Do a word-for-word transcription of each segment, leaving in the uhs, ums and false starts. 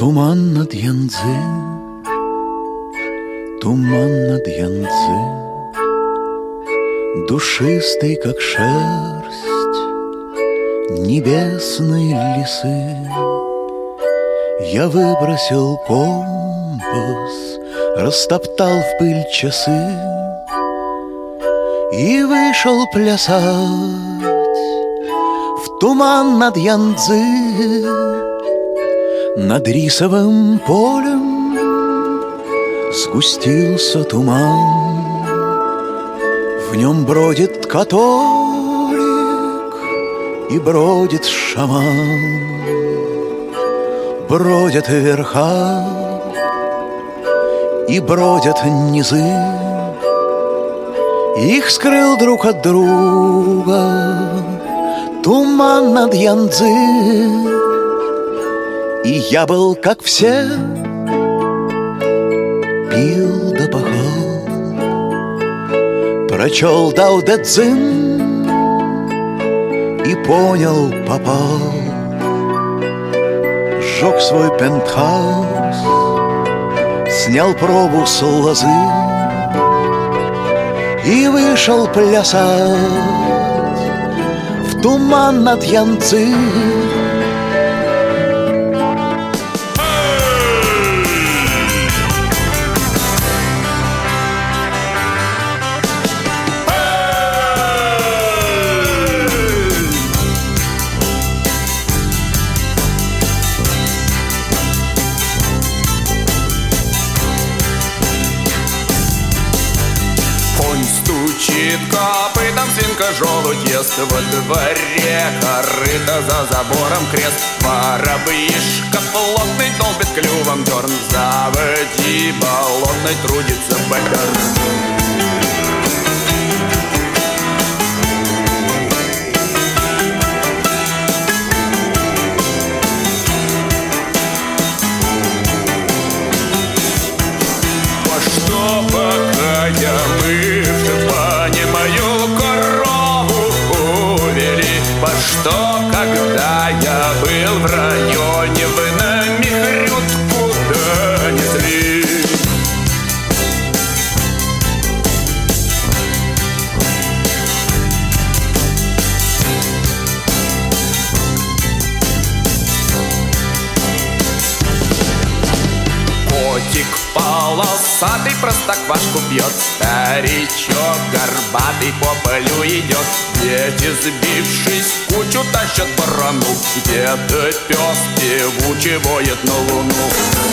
Туман над Янцзы, туман над Янцзы, душистый, как шерсть небесной лисы. Я выбросил компас, растоптал в пыль часы и вышел плясать в туман над Янцзы. Над рисовым полем сгустился туман, в нем бродит католик и бродит шаман. Бродят верха и бродят низы, их скрыл друг от друга туман над Янцзы. И я был, как все, пил да пахал, прочел Дао Дэ Цзин и понял, попал. Сжег свой пентхаус, снял пробу с лозы и вышел плясать в туман над Янцзы. Копытом свинка желудь ест, во дворе корыто, за забором крест. Воробьишка плотный долбит клювом дерн, в заводи болотной трудится бобер. Что, когда я был в районе, вы на михрютку донесли? Котик полосатый простоквашку пьет, старичок горбатый по полю идет. Дети, сбившись в кучу, тащат барану, где-то пес певуче воет на луну.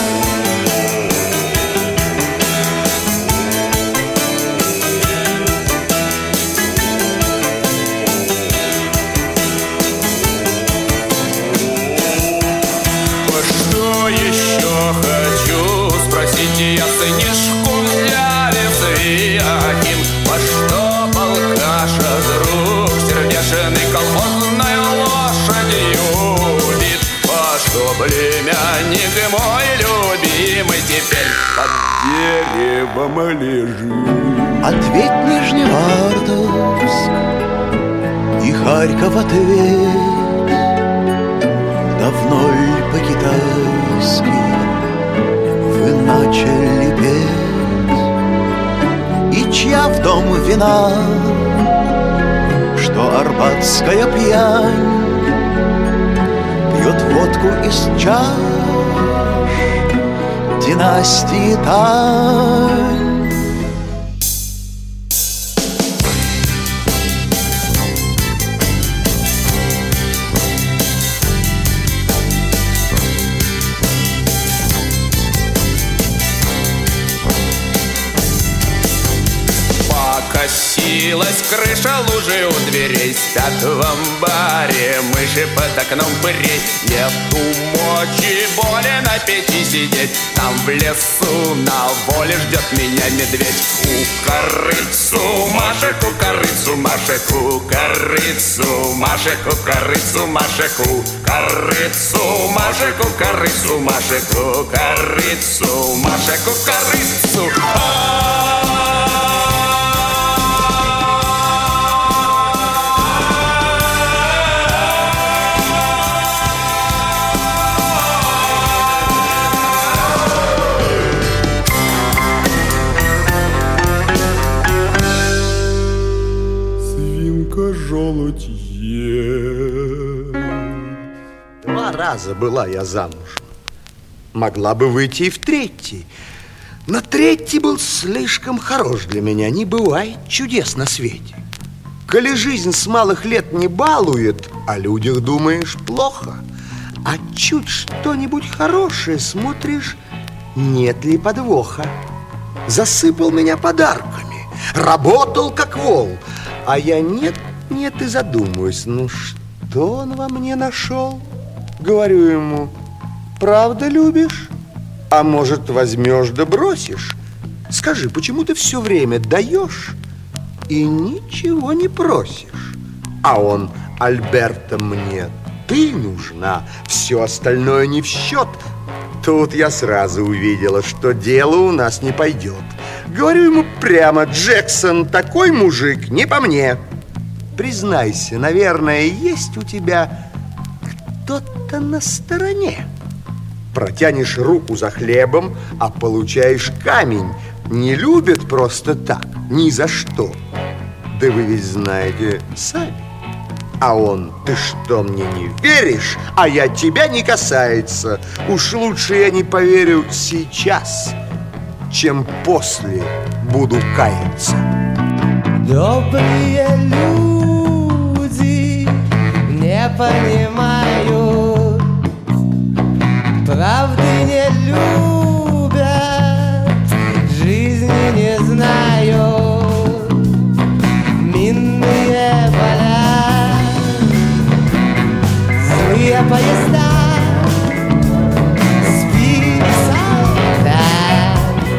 Что еще хочу спросить я сынишку взяли Свиахим? По что полкаша друг сердешный колхозной лошадью бит? По что племянник мой любимый теперь под деревом лежит? Ответь Нижневартовск и Харьков ответь, давно ли по-китайски вы начали петь? И чья в дом вина, что арбатская пьянь пьет водку из чаш династии Тань? Косилась крыша лужи у дверей, спят в амбаре мыши под окном пырей. Нету мочи, боли на печи сидеть, там в лесу на воле ждет меня медведь. Кукарыцу, Маша, кукарыцу, Маша, кукарыцу, Маша, кукарыцу, Маша, кукарыцу, Маша, кукарыцу, Маша, кукарыцу, Маша, кукарыцу. раза была я замужем. Могла бы выйти и в третий. Но третий был слишком хорош для меня. Не бывает чудес на свете. Коли жизнь с малых лет не балует, о людях думаешь плохо. А чуть что-нибудь хорошее смотришь, нет ли подвоха. Засыпал меня подарками, работал как вол. А я нет, нет и задумаюсь, ну что он во мне нашел? Говорю ему: правда любишь? А может, возьмешь да бросишь? Скажи, почему ты все время даешь и ничего не просишь? А он: Альберта, мне ты нужна, все остальное не в счет. Тут я сразу увидела, что дело у нас не пойдет. Говорю ему прямо: Джексон, такой мужик не по мне. Признайся, наверное, есть у тебя кто-то на стороне. Протянешь руку за хлебом, а получаешь камень. Не любят просто так, ни за что. Да вы ведь знаете сами. А он: ты что, мне не веришь? А я тебя не касается. Уж лучше я не поверю сейчас, чем после буду каяться. Добрые люди не понимают, правды не любят, жизни не знают. Минные поля, злые поезда, спит солдат.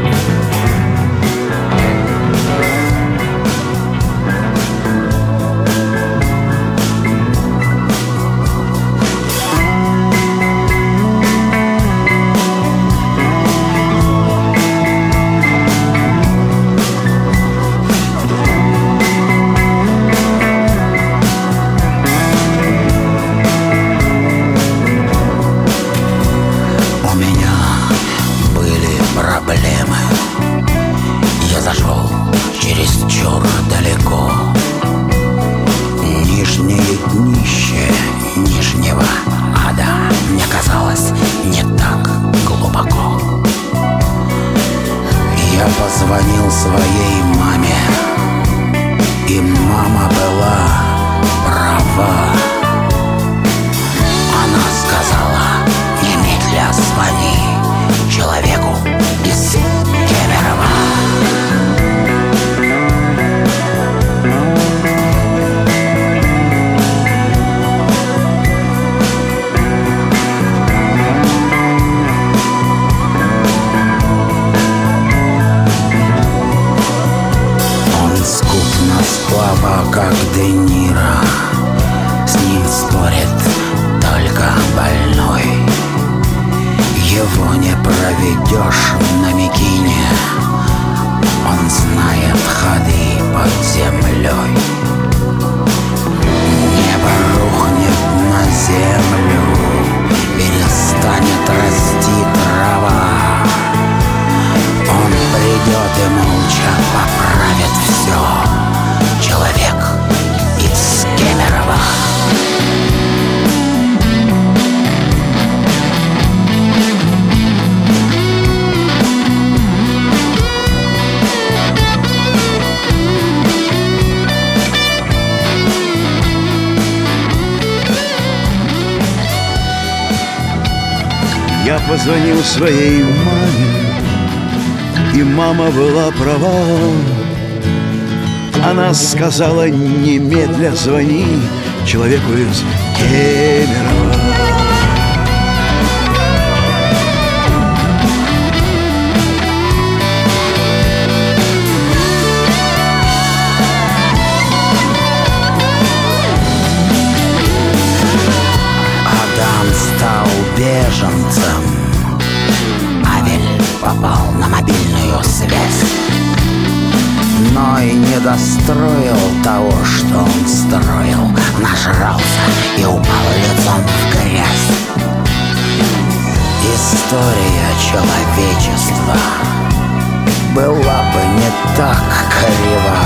Позвонил своей маме, и мама была права. Она сказала: немедля звони человеку из Кемерово. Слава, как Де Ниро, с ним спорит только больной. Его не проведешь на Микине, он знает ходы под землей. Небо рухнет на землю, перестанет расти трава. Он придет и молча поправит все. Человек из Кемерово. Я позвонил своей маме, и мама была права. Она сказала: немедля звони человеку из Кемерово. Адам стал беженцем, Авель попал на мобильную связь, но и не достроил того, что он строил. Нажрался и упал лицом в грязь. История человечества была бы не так крива,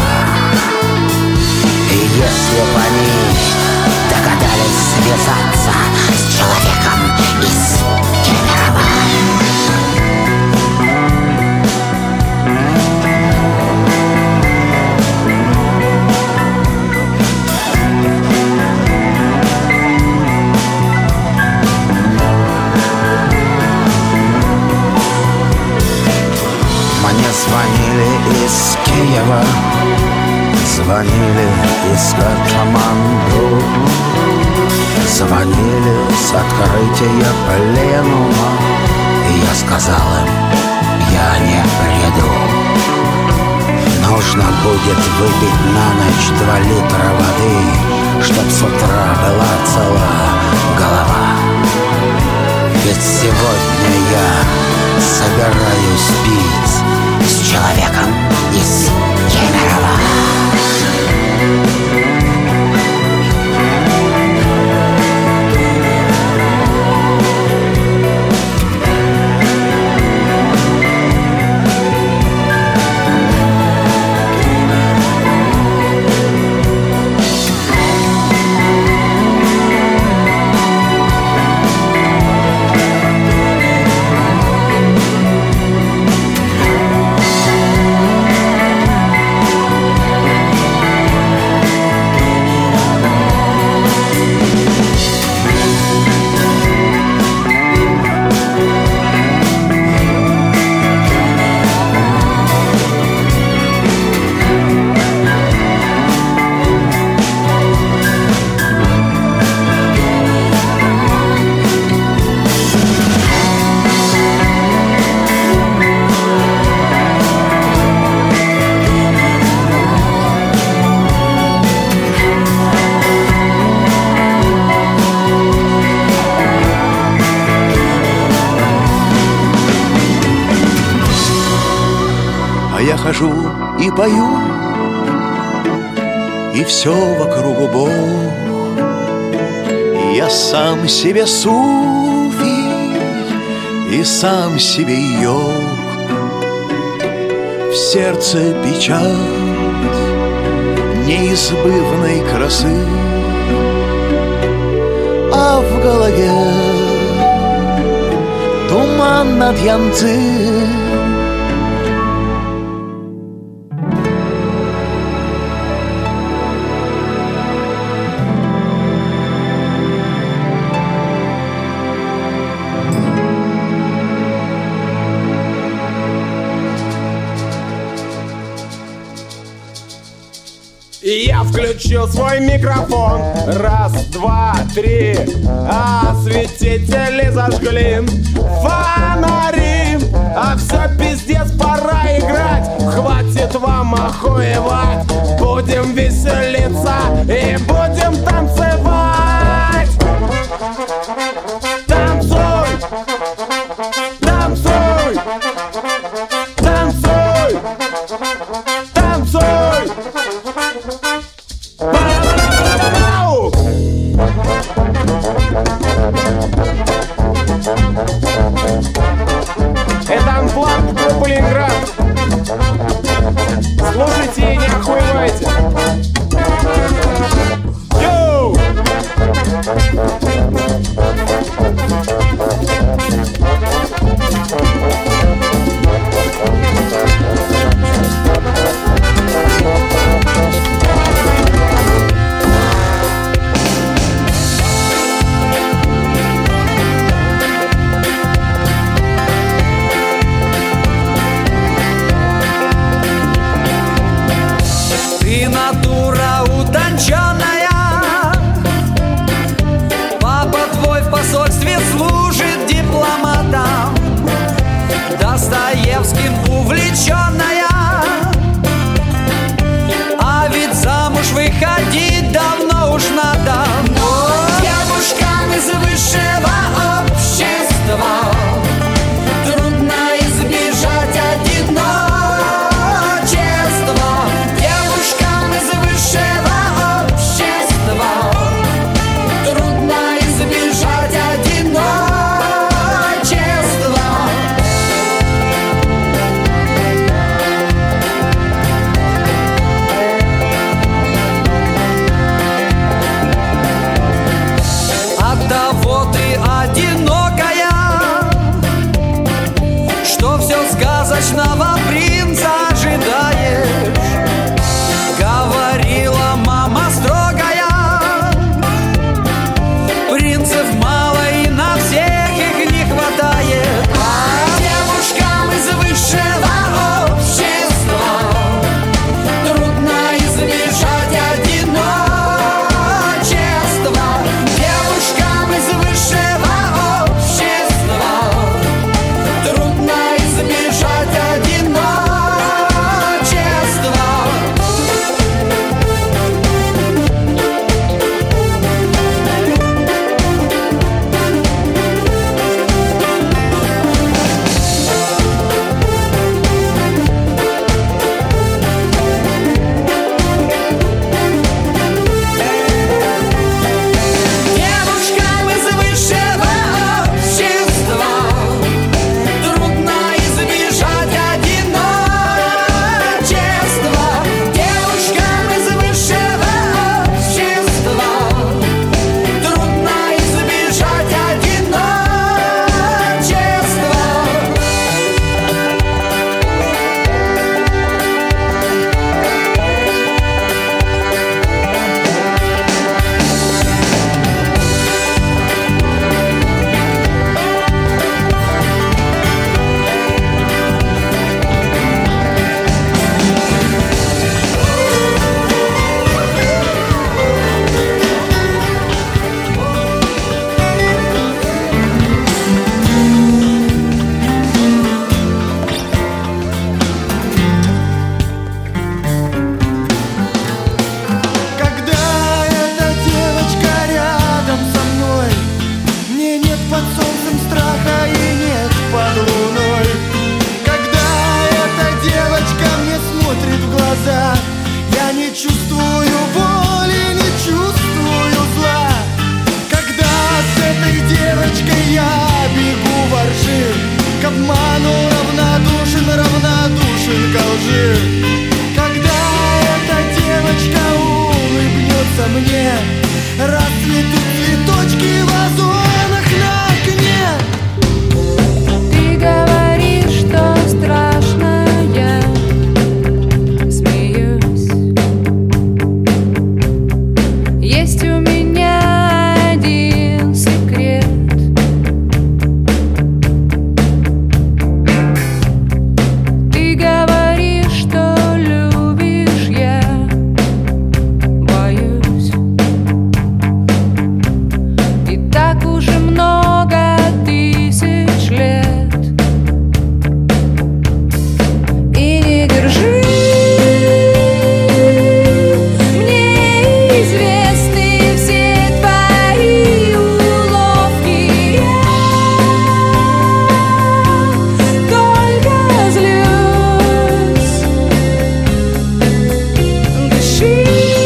и если бы они догадались связаться с человеком человеком из Кемерово. Мне звонили из Киева, звонили из Катманду, звонили с открытия пленума, и я сказал им, я не приду. Нужно будет выпить на ночь два литра воды, чтоб с утра была цела голова. Ведь сегодня я собираюсь пить с человеком из Кемерово. Я хожу и пою, и все вокруг Бог. Я сам себе суфий и сам себе йог. В сердце печать неизбывной красы, а в голове туман над Янцзы. Я включил свой микрофон. Раз, два, три. Осветители зажгли фонари. А все, пиздец, пора играть. Хватит вам охуевать. Будем веселиться и будем танцевать. Танцуй, танцуй, танцуй, танцуй. Это анплаг группы Ленинград. Слушайте и не охуевайте. Йоу! сказочного принца ожидаешь. Говорила мама строгая, принцев мало и на всех их не хватает. А девушкам из высшего общества трудно избежать одиночества. Девушкам из высшего общества трудно избежать одиночества. Девушкам из высшего общества трудно избежать одиночества. Девушкам из высшего общества трудно избежать одиночества. Когда эта девочка рядом со мной, мне нет под солнцем страха и нет под луной. Когда эта девочка мне смотрит в глаза, я не чувствую боли, не чувствую зла. Когда с этой девочкой я бегу во ржи, к обману равнодушен, равнодушен ко лжи. Когда эта девочка улыбнется мне, расцветут цветочки в вазонах на окне. Ты говоришь, что страшно, я смеюсь. Есть у меня один секрет. Ты говоришь, что любишь, я боюсь. И так уже много тысяч лет. И не держи, мне известны все твои уловки. Я только злюсь. Дыши,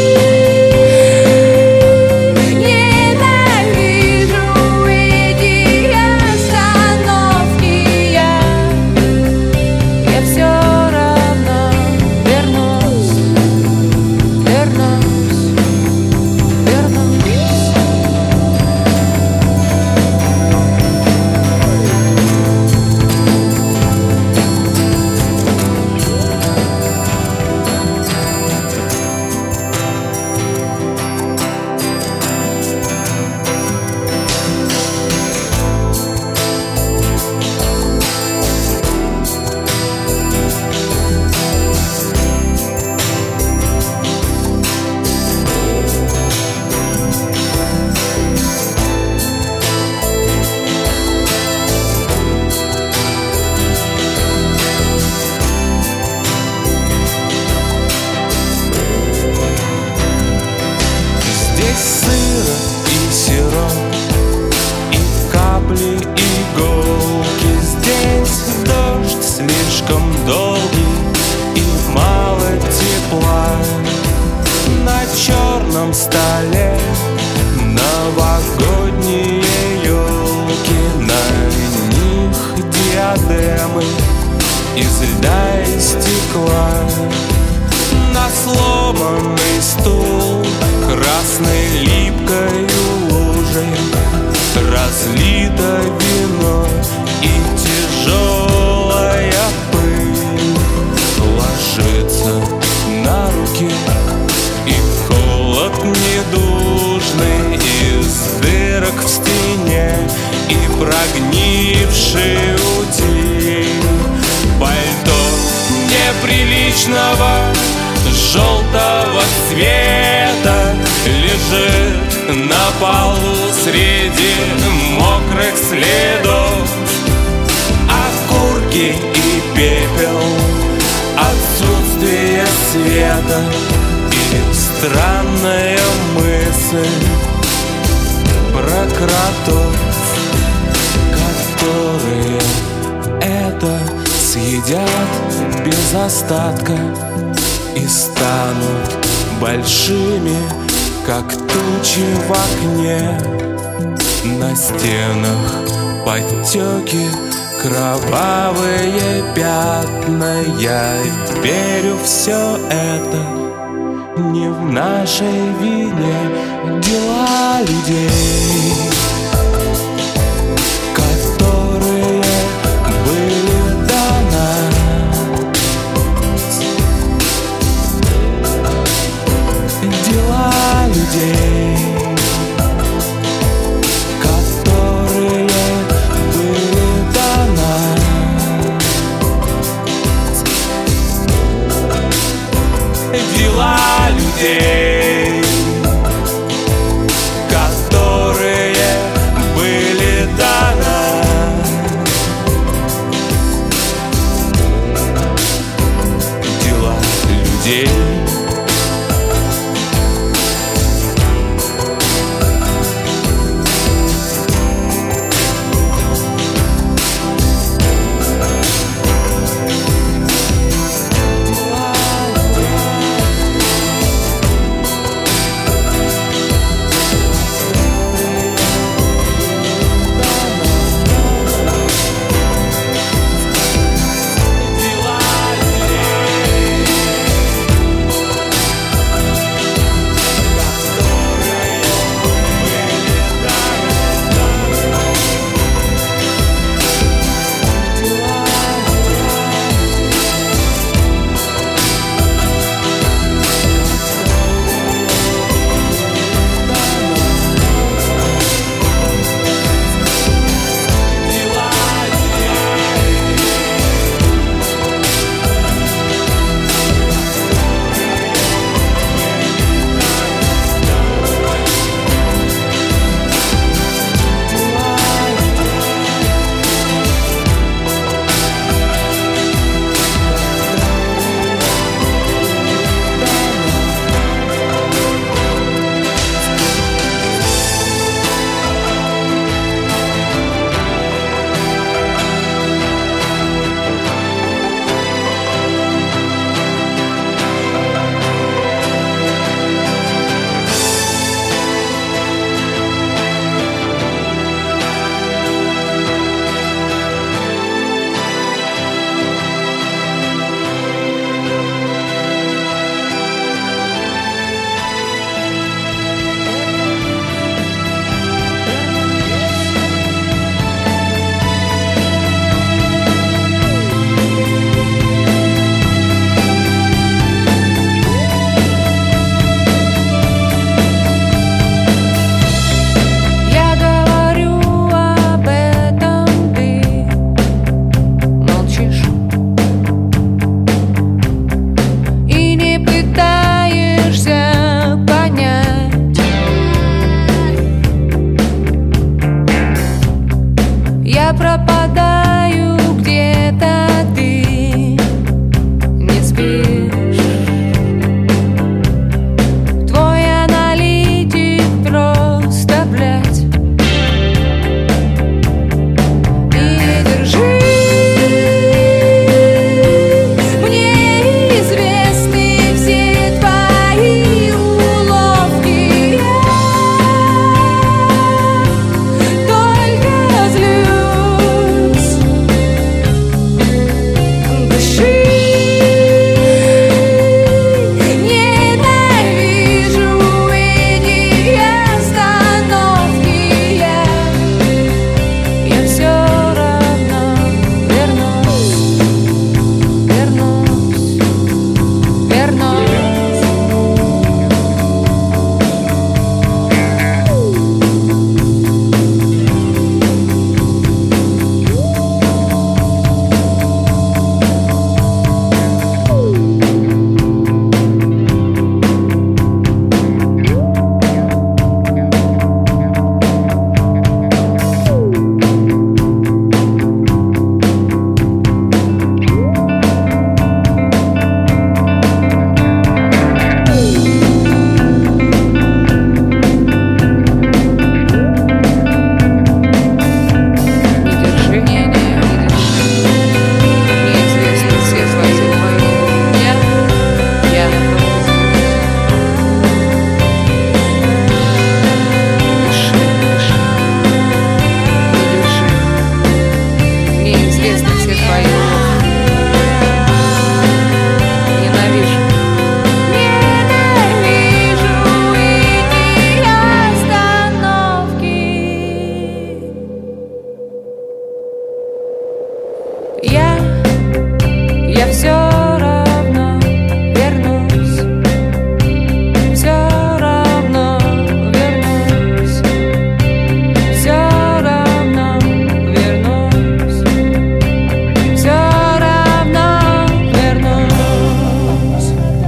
ненавижу эти остановки. Я, я все равно вернусь, вернусь, вернусь. Здесь сыро и серо, и капли, иголки. Здесь дождь слишком долгий и мало тепла. На черном столе новогодние елки, на них диадемы из льда и стекла. На сломанный стул красной липкой лужей разлито вино и тяжелая пыль. неприличного желтого цвета лежит на полу среди мокрых следов. Окурки и пепел, отсутствие света и странная мысль про кротов, которые это съедят без остатка и станут большими, как тучи в окне. На стенах подтеки, кровавые пятна. Я верю, все это не в нашей вине, дела людей, которые были до нас. Дела людей, которые были до нас. Дела людей, которые были до нас. Дела людей. Пропадаю где-то, ты не спишь. Твой аналитик просто, блядь. И держи, мне известны все твои уловки. Я только злюсь. известны все твои уловки. Ненавижу. Ненавижу эти остановки. Я, я все равно вернусь, все равно вернусь, все равно вернусь, все равно вернусь.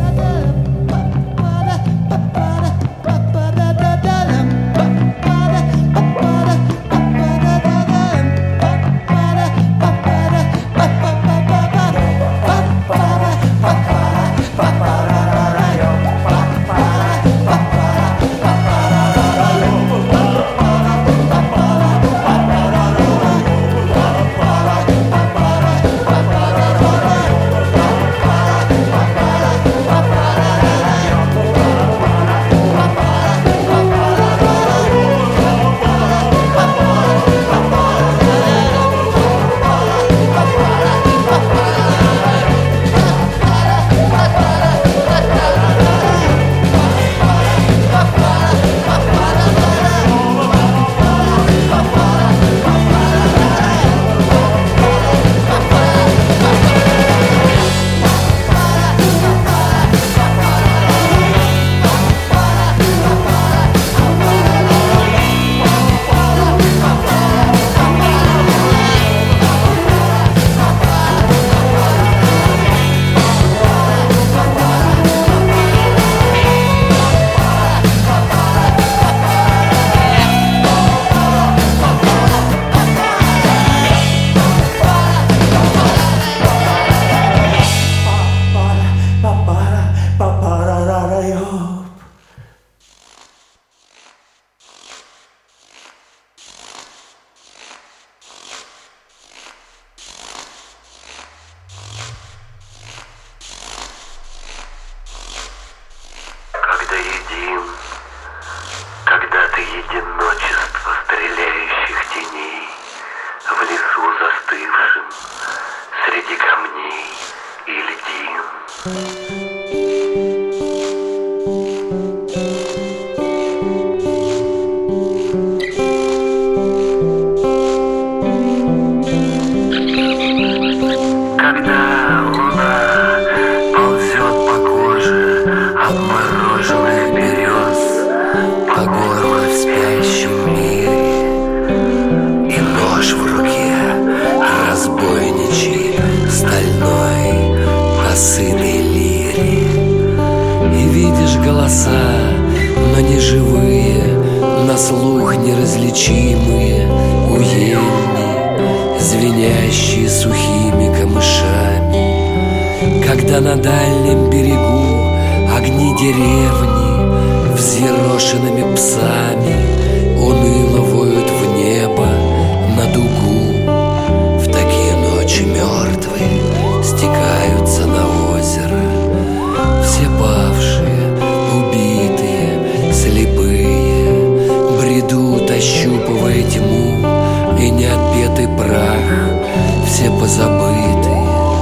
Когда един, когда ты единочество стреляющих теней в лесу застывшим среди камней и льдин. Когда луна ползет по коже обмороженных берез, по горло в спящем мире, и нож в руке разбойничий стальной по сытой лире. И видишь голоса, но не живые, на слух неразличимые, у ельни, звенящие сухими камышами. Когда на дальнем берегу огни деревни взъерошенными псами уныло воют в небо на дугу, в такие ночи мертвые стекаются на озеро все павшие, убитые, слепые, бредут, ощупывая тьму и неотпетый прах, все позабытые.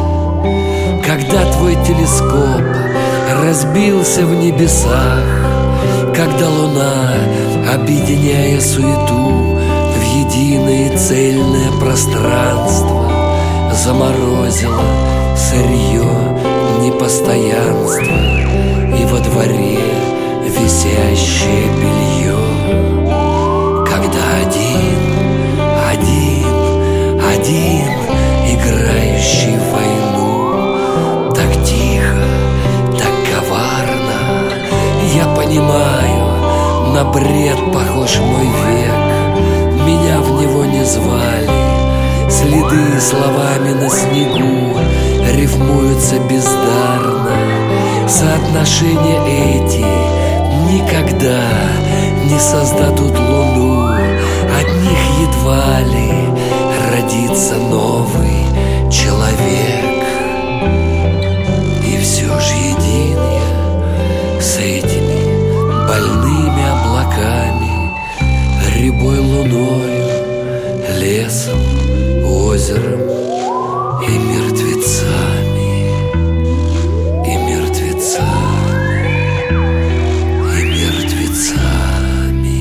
Когда твой телескоп разбился в небесах, когда луна, объединяя суету в единое цельное пространство, заморозила сырье непостоянства и во дворе висящее белье. Когда один, один, один, играющий в войну, так тихо, так коварно, я понимаю, на бред похож мой век. Меня в него не звали, следы словами на снегу рифмуются бездарно. Соотношения эти никогда не создадут луну, от них едва ли родится новый человек. И все ж един я с этими больными облаками, рябой луною, лесом, озером и мертвецами, и мертвецами, и мертвецами.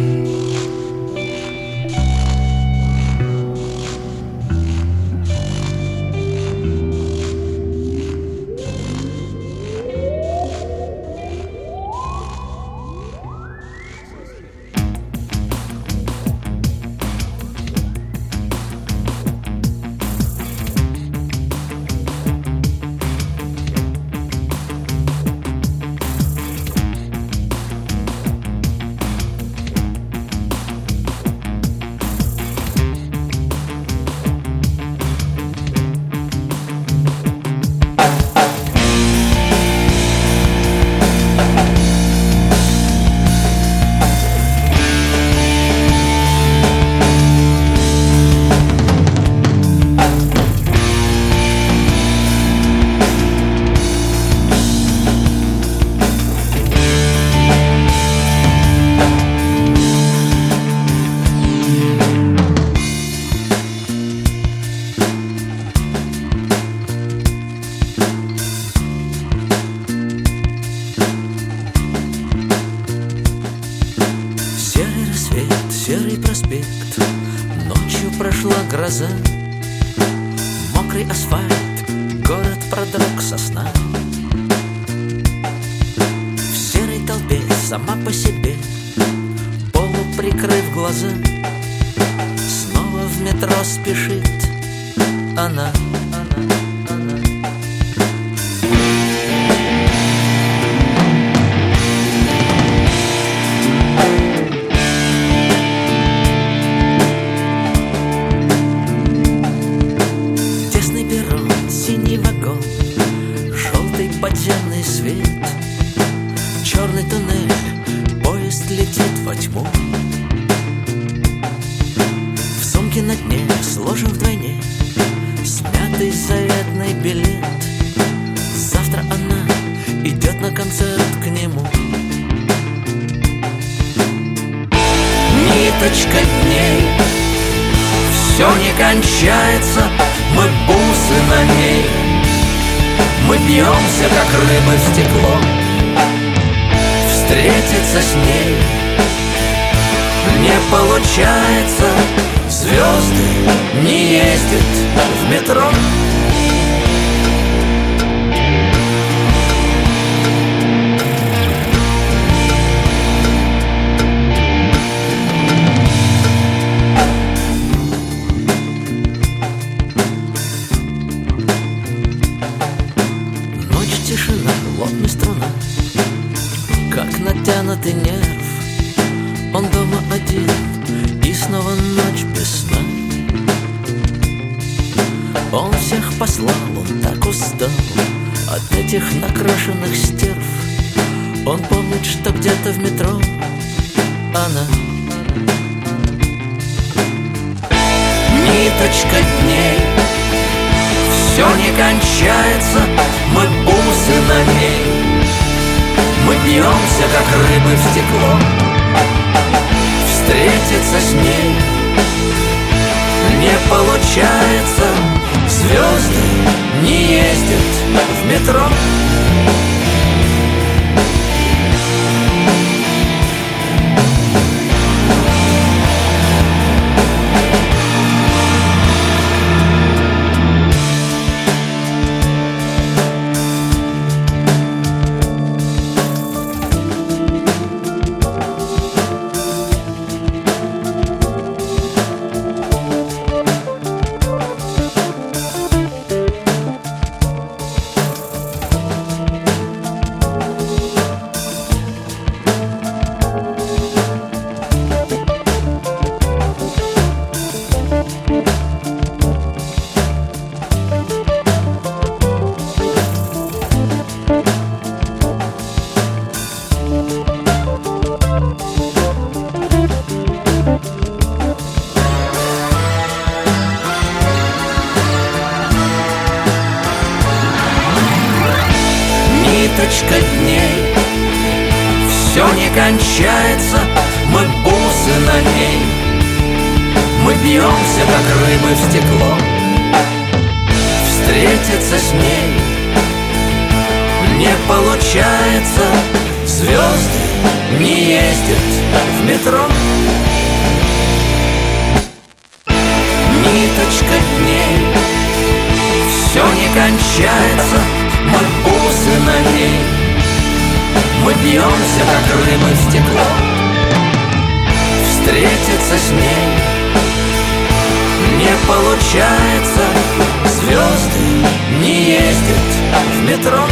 Серый рассвет, серый проспект, ночью прошла гроза. Мокрый асфальт, город продрог со сна. В серой толпе сама по себе, полуприкрыв глаза, снова в метро спешит она. Тесный перрон, синий вагон, желтый подземный свет, черный туннель, поезд летит во тьму. В сумке на дне сложен вдвойне смятый заветный билет. Завтра она идет на концерт к нему. Ниточка дней, все не кончается, мы бусы на ней. Мы бьемся, как рыбы в стекло, встретиться с ней не получается. Звезды не ездят в метро. Ночь, тишина, лопни струна, как натянутый нерв. Он дома один, и снова ночь без сна. Он всех послал, он так устал от этих накрашенных стерв. Он помнит, что где-то в метро она. Ниточка дней, все не кончается, мы бусы на ней. Мы бьемся, как рыбы в стекло, встретиться с ней не получается. Звезды не ездят в метро. ниточка дней. Все не кончается, мы бусы на ней. Мы бьемся, как рыбы в стекло. встретиться с ней не получается. Звезды не ездят в метро. Ниточка дней все не кончается. Мы бусы на ней, мы бьемся, как рыбы в стекло. Встретиться с ней не получается. Звезды не ездят в метро.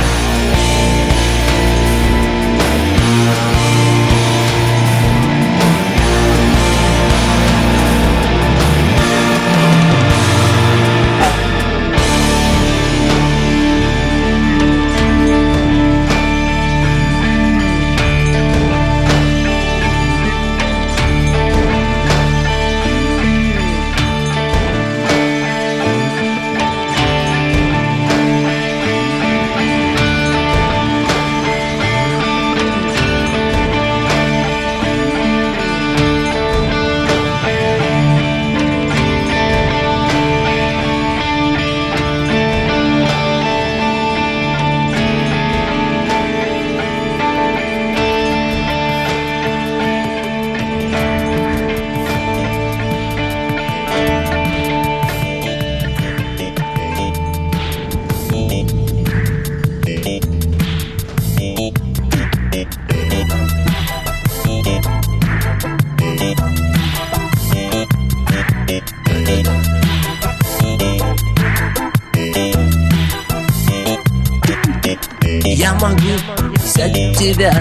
Я могу взять тебя,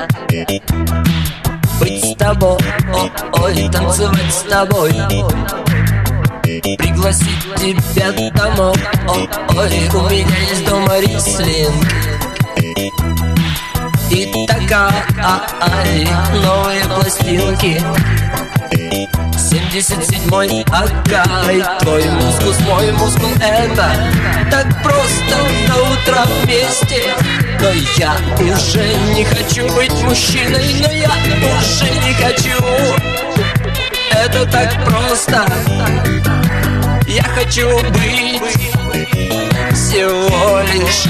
быть с тобой, ой, танцевать с тобой, пригласить тебя домой, ой, у меня есть дома рислинг. И такая, новые пластинки, семьдесят седьмой Аккай. Твой мускус, мой мускул, это так просто до утра вместе. Но я уже не хочу быть мужчиной, но я уже не хочу. Это так просто. Я хочу быть всего лишь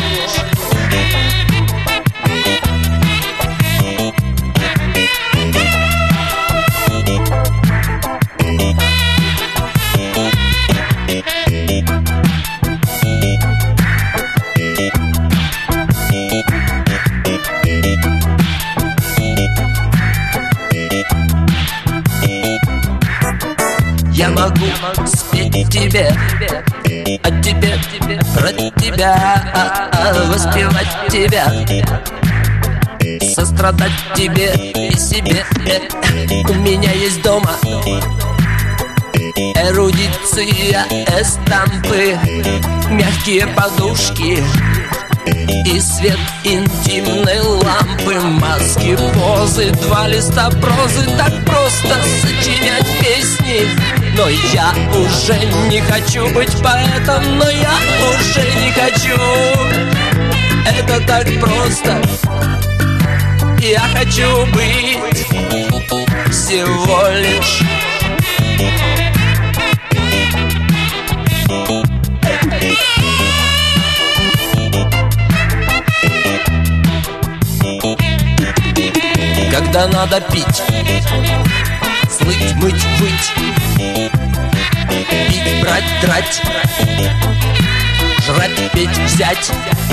я могу спеть тебе, о тебе, про тебя, воспевать тебя, сострадать тебе и себе. У меня есть дома эрудиция, эстампы, мягкие подушки и свет интимной лампы, маски, позы, два листа прозы. Так просто сочинять песни. Но я уже не хочу быть поэтом, но я уже не хочу. Это так просто. Я хочу быть всего лишь когда надо пить, слыть, мыть, выть, пить, брать, драть, жрать, петь, взять.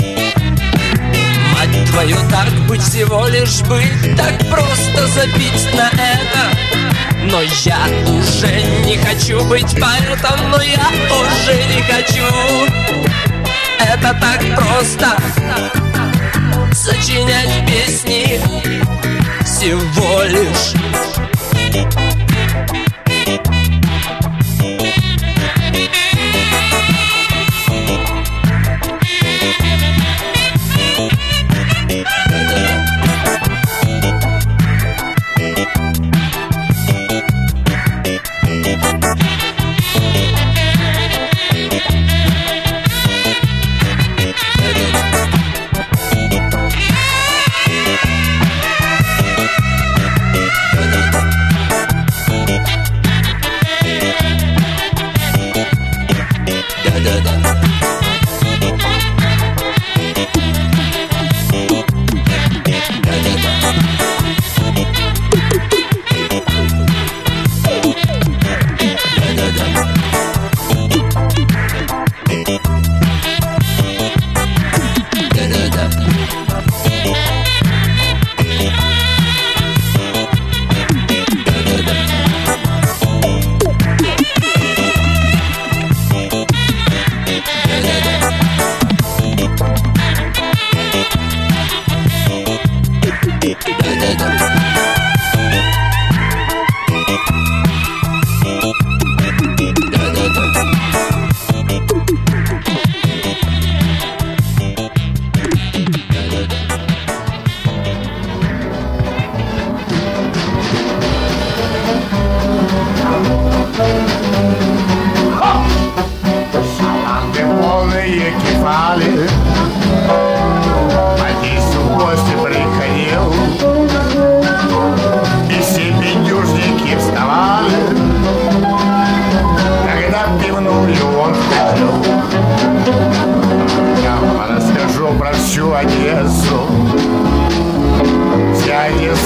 Мать твою, так быть, всего лишь быть, так просто забить на это. Но я уже не хочу быть поэтом, но я уже не хочу. Это так просто сочинять песни всего лишь.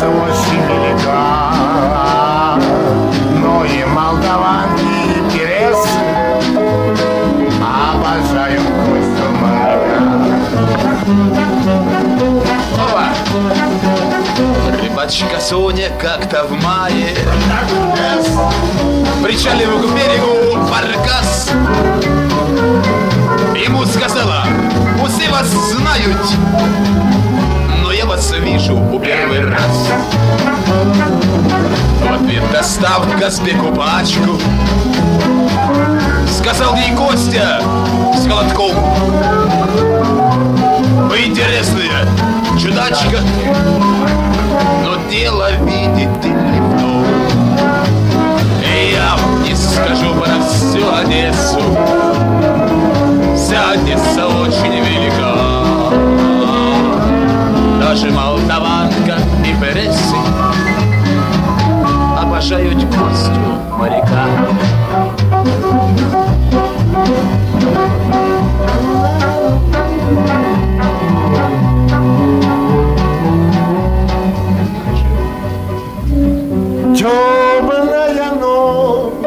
очень велика. Но и молдаванки, и пересы обожаю Костю моряка. Опа! Рыбачка Соня как-то в мае причалив к берегу баркас. Ему сказала: «Усы вас знают, но я вас вижу у первый раз». В ответ, достав Казбеку пачку, сказал ей Костя с холодком: «Вы интересная чудачка, но дело, видите ли, в том, и я вам не скажу про всю Одессу. Вся Одесса очень велика. Даже молдаванка и пересы обожают Костю моряка. Темная ночь,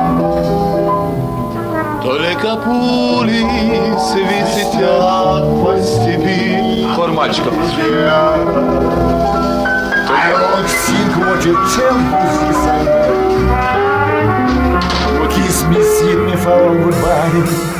только пули светят по степи. Хор мальчиков. I won't think what you tell me, kiss me, sweet me for goodbye.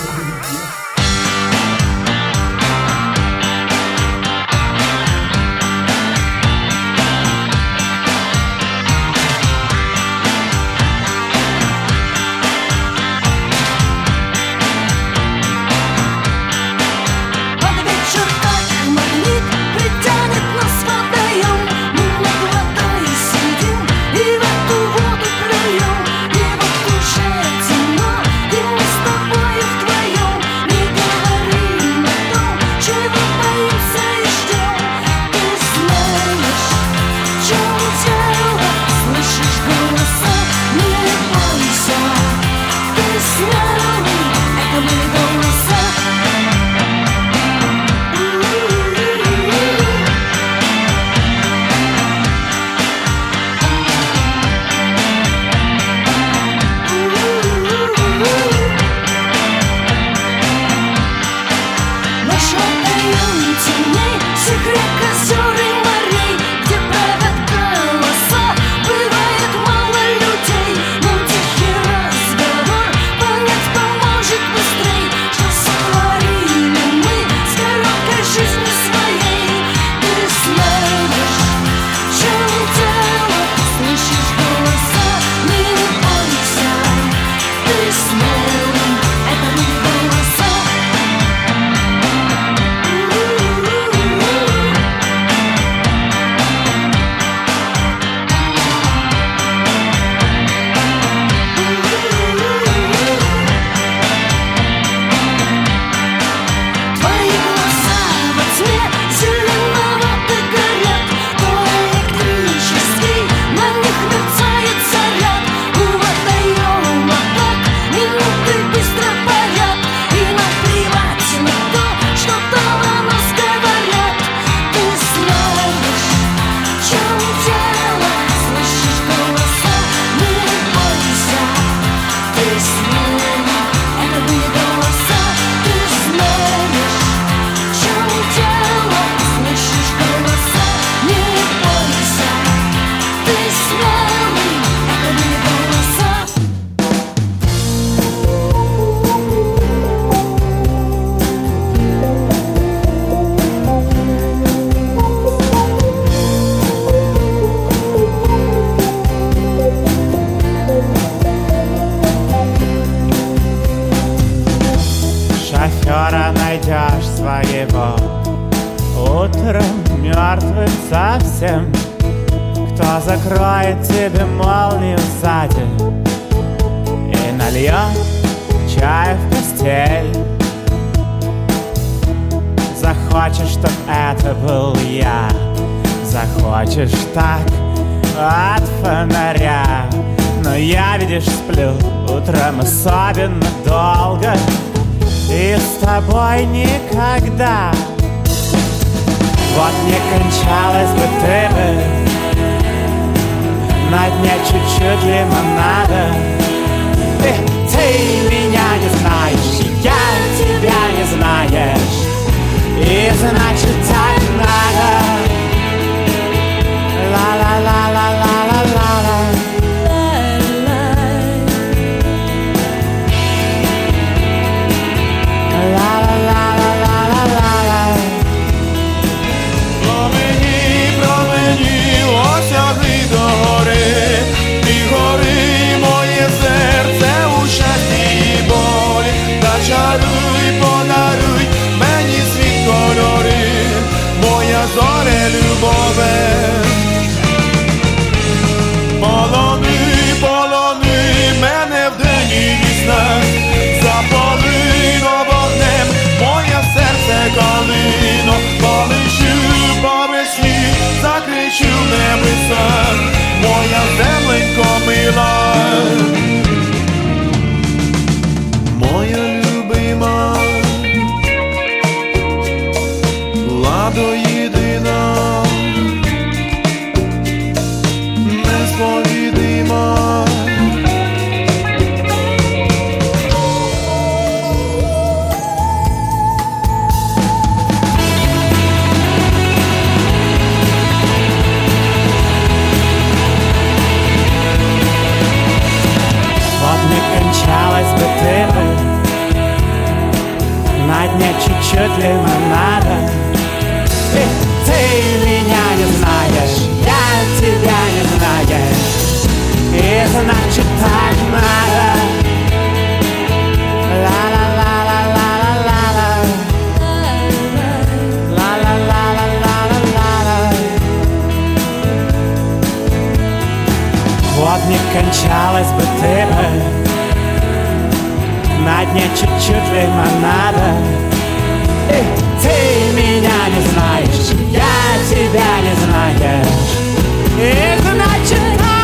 Шофера найдешь своего утром мертвым совсем. Кто закроет тебе молнию сзади и нальет чай в постель. Захочешь, чтоб это был я, захочешь так от фонаря. Но я, видишь, сплю утром особенно долго, и с тобой никогда. Вот не кончалось бы ты бы на дне чуть-чуть лимонада. Ты, ты меня не знаешь, я тебя не знаешь, и значит так надо. Ла-ла-ла-ла-ла-ла-ла-ла. Промені, промені, осягни до гори, ти гори, моє серце у щасті і болі, зачаруй, подаруй мені світ кольори, моя зоре любове. Полони, полони мене вдень і віснах, запали вогнем моє серце калино, полечу по весні, закричу в небесах, моя земленько мила, моя любима, ладо єдина, несповідима. Кончалась бы ты бы на дне чуть-чуть лимонада. Ты, ты меня не знаешь, я тебя не знаешь, и значит так надо. Ла-ла-ла-ла-ла-ла-ла. Ла-ла-ла-ла-ла-ла-ла. Вот не кончалась бы ты бы на дне чуть-чуть лимонада. Эй, ты меня не знаешь, я тебя не знаешь, и значит так.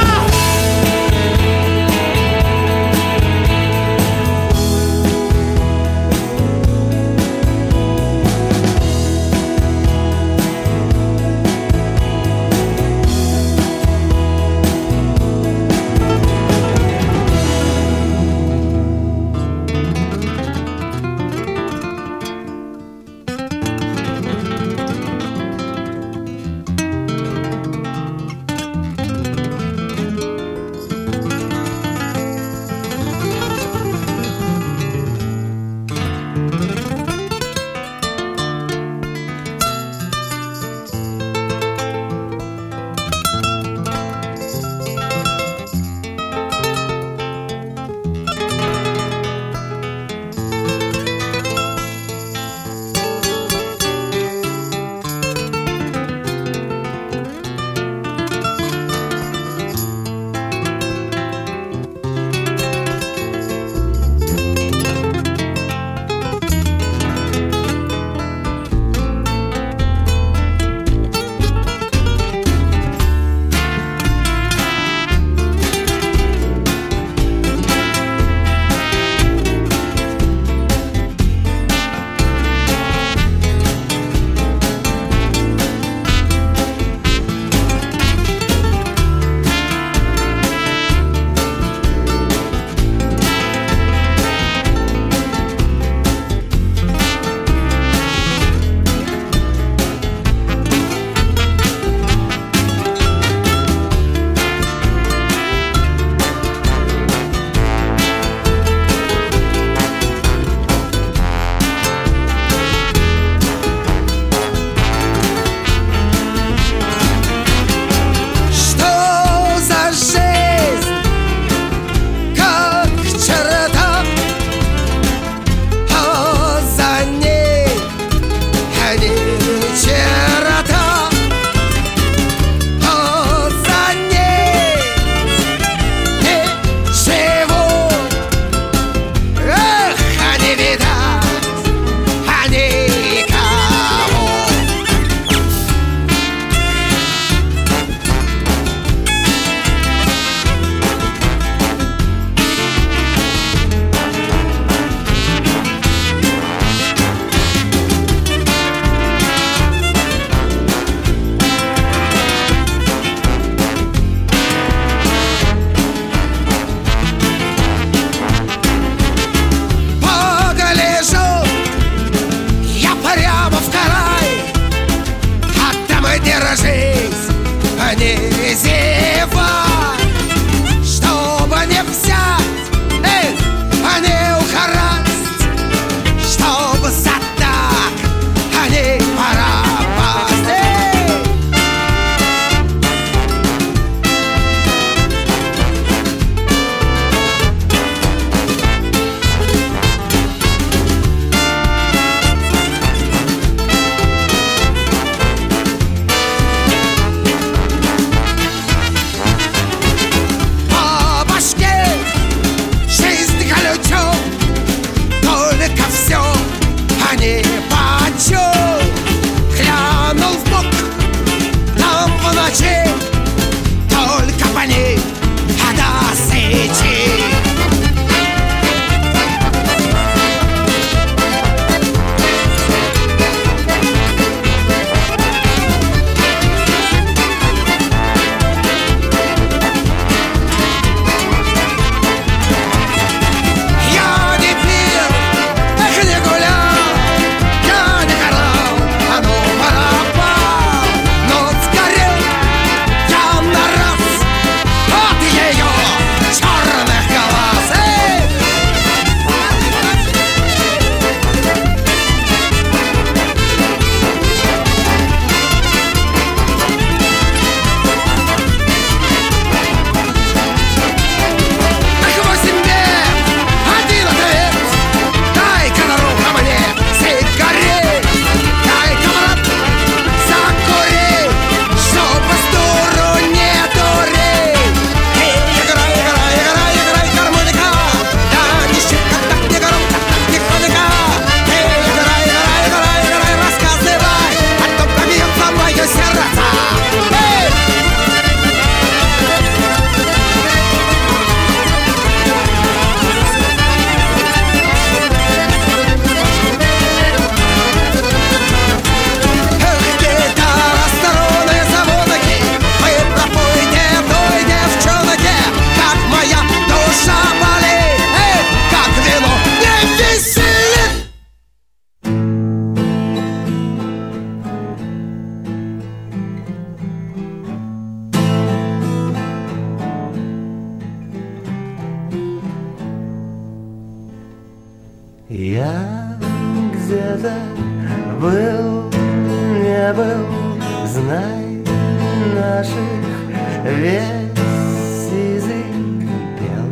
Там где-то был, не был, знай, наших весь язык пел.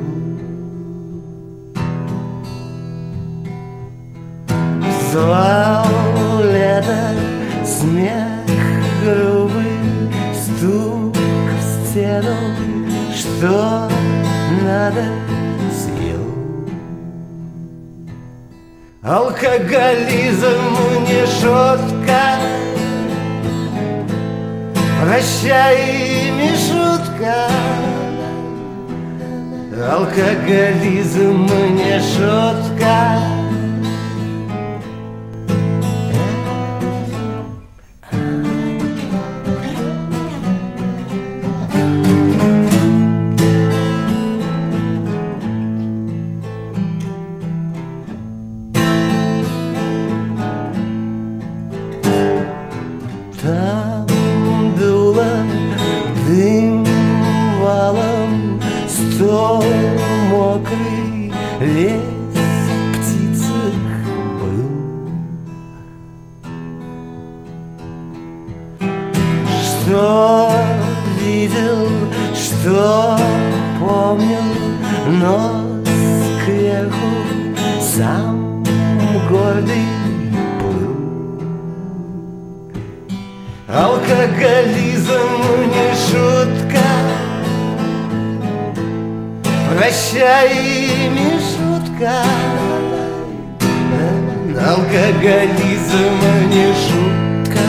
Звал лето, смех грубый, стук в стену, что надо съел. Алкоголизм не шутка, прощай, Мишутка. Алкоголизм не шутка. Там дуло дым валом, стол мокрый, лес птицах был. Что видел, что помнил, но кверху сам гордый. Алкоголизм не шутка, прощай, Мишутка. Алкоголизм не шутка.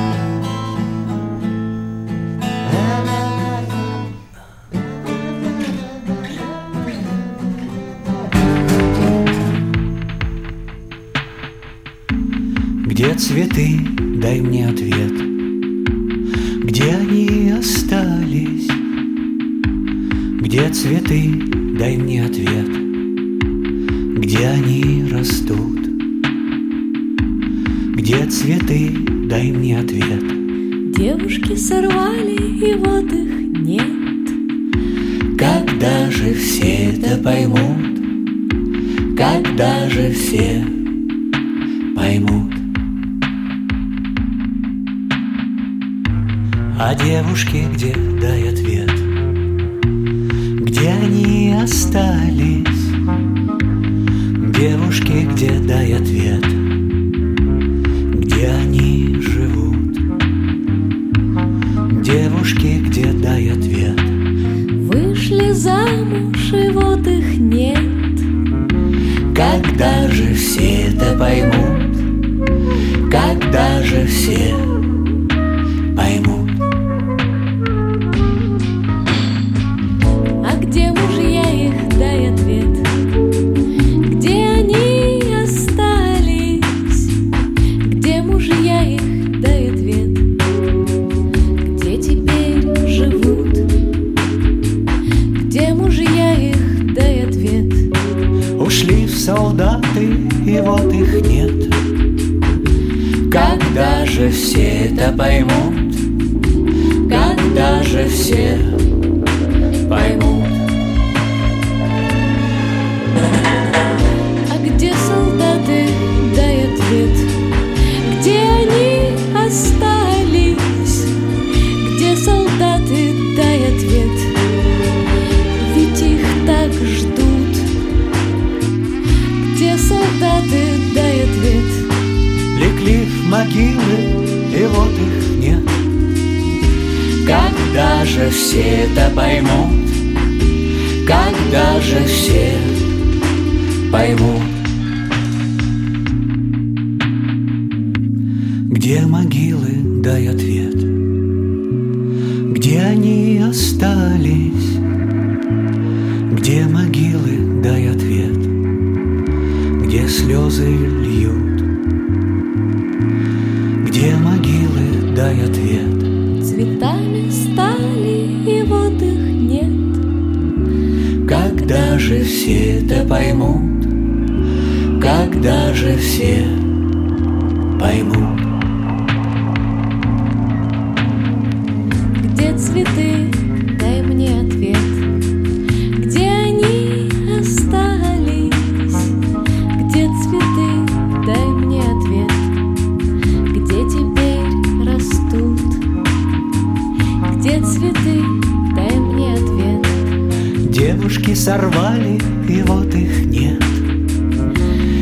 Где цветы, дай мне ответ. Где они остались? Где цветы, дай мне ответ. Где они растут? Где цветы, дай мне ответ. Девушки сорвали, и вот их нет. Когда же все это поймут? Когда же все поймут? А девушки где, дай ответ. Где они остались? Девушки где, дай ответ. Где они живут? Девушки где, дай ответ. Вышли замуж, и вот их нет. Когда же все это поймут? Когда же все поймут? Где мужья их, дай ответ. Где они остались? Где мужья их, дай ответ. Где теперь живут? Где мужья их, дай ответ. Ушли в солдаты, и вот их нет. Когда же все это поймут? Когда же все поймут? Где солдаты, дай ответ. Где они остались? Где солдаты, дай ответ. Ведь их так ждут. Где солдаты, дай ответ. Легли в могилы, и вот их нет. Когда же все это поймут? Когда же все поймут? Где могилы, дай ответ. Где они остались? Где могилы, дай ответ. Где слезы льют? Где могилы, дай ответ. Цветами стали, и вот их нет. Когда же все это поймут? Когда же все поймут? Где цветы, дай мне ответ. Где они остались? Где цветы, сорвали, и вот их нет.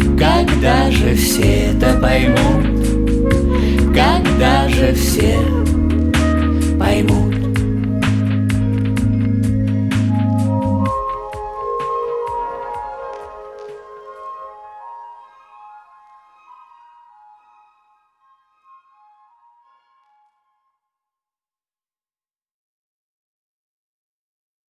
Когда же все это поймут? Когда же все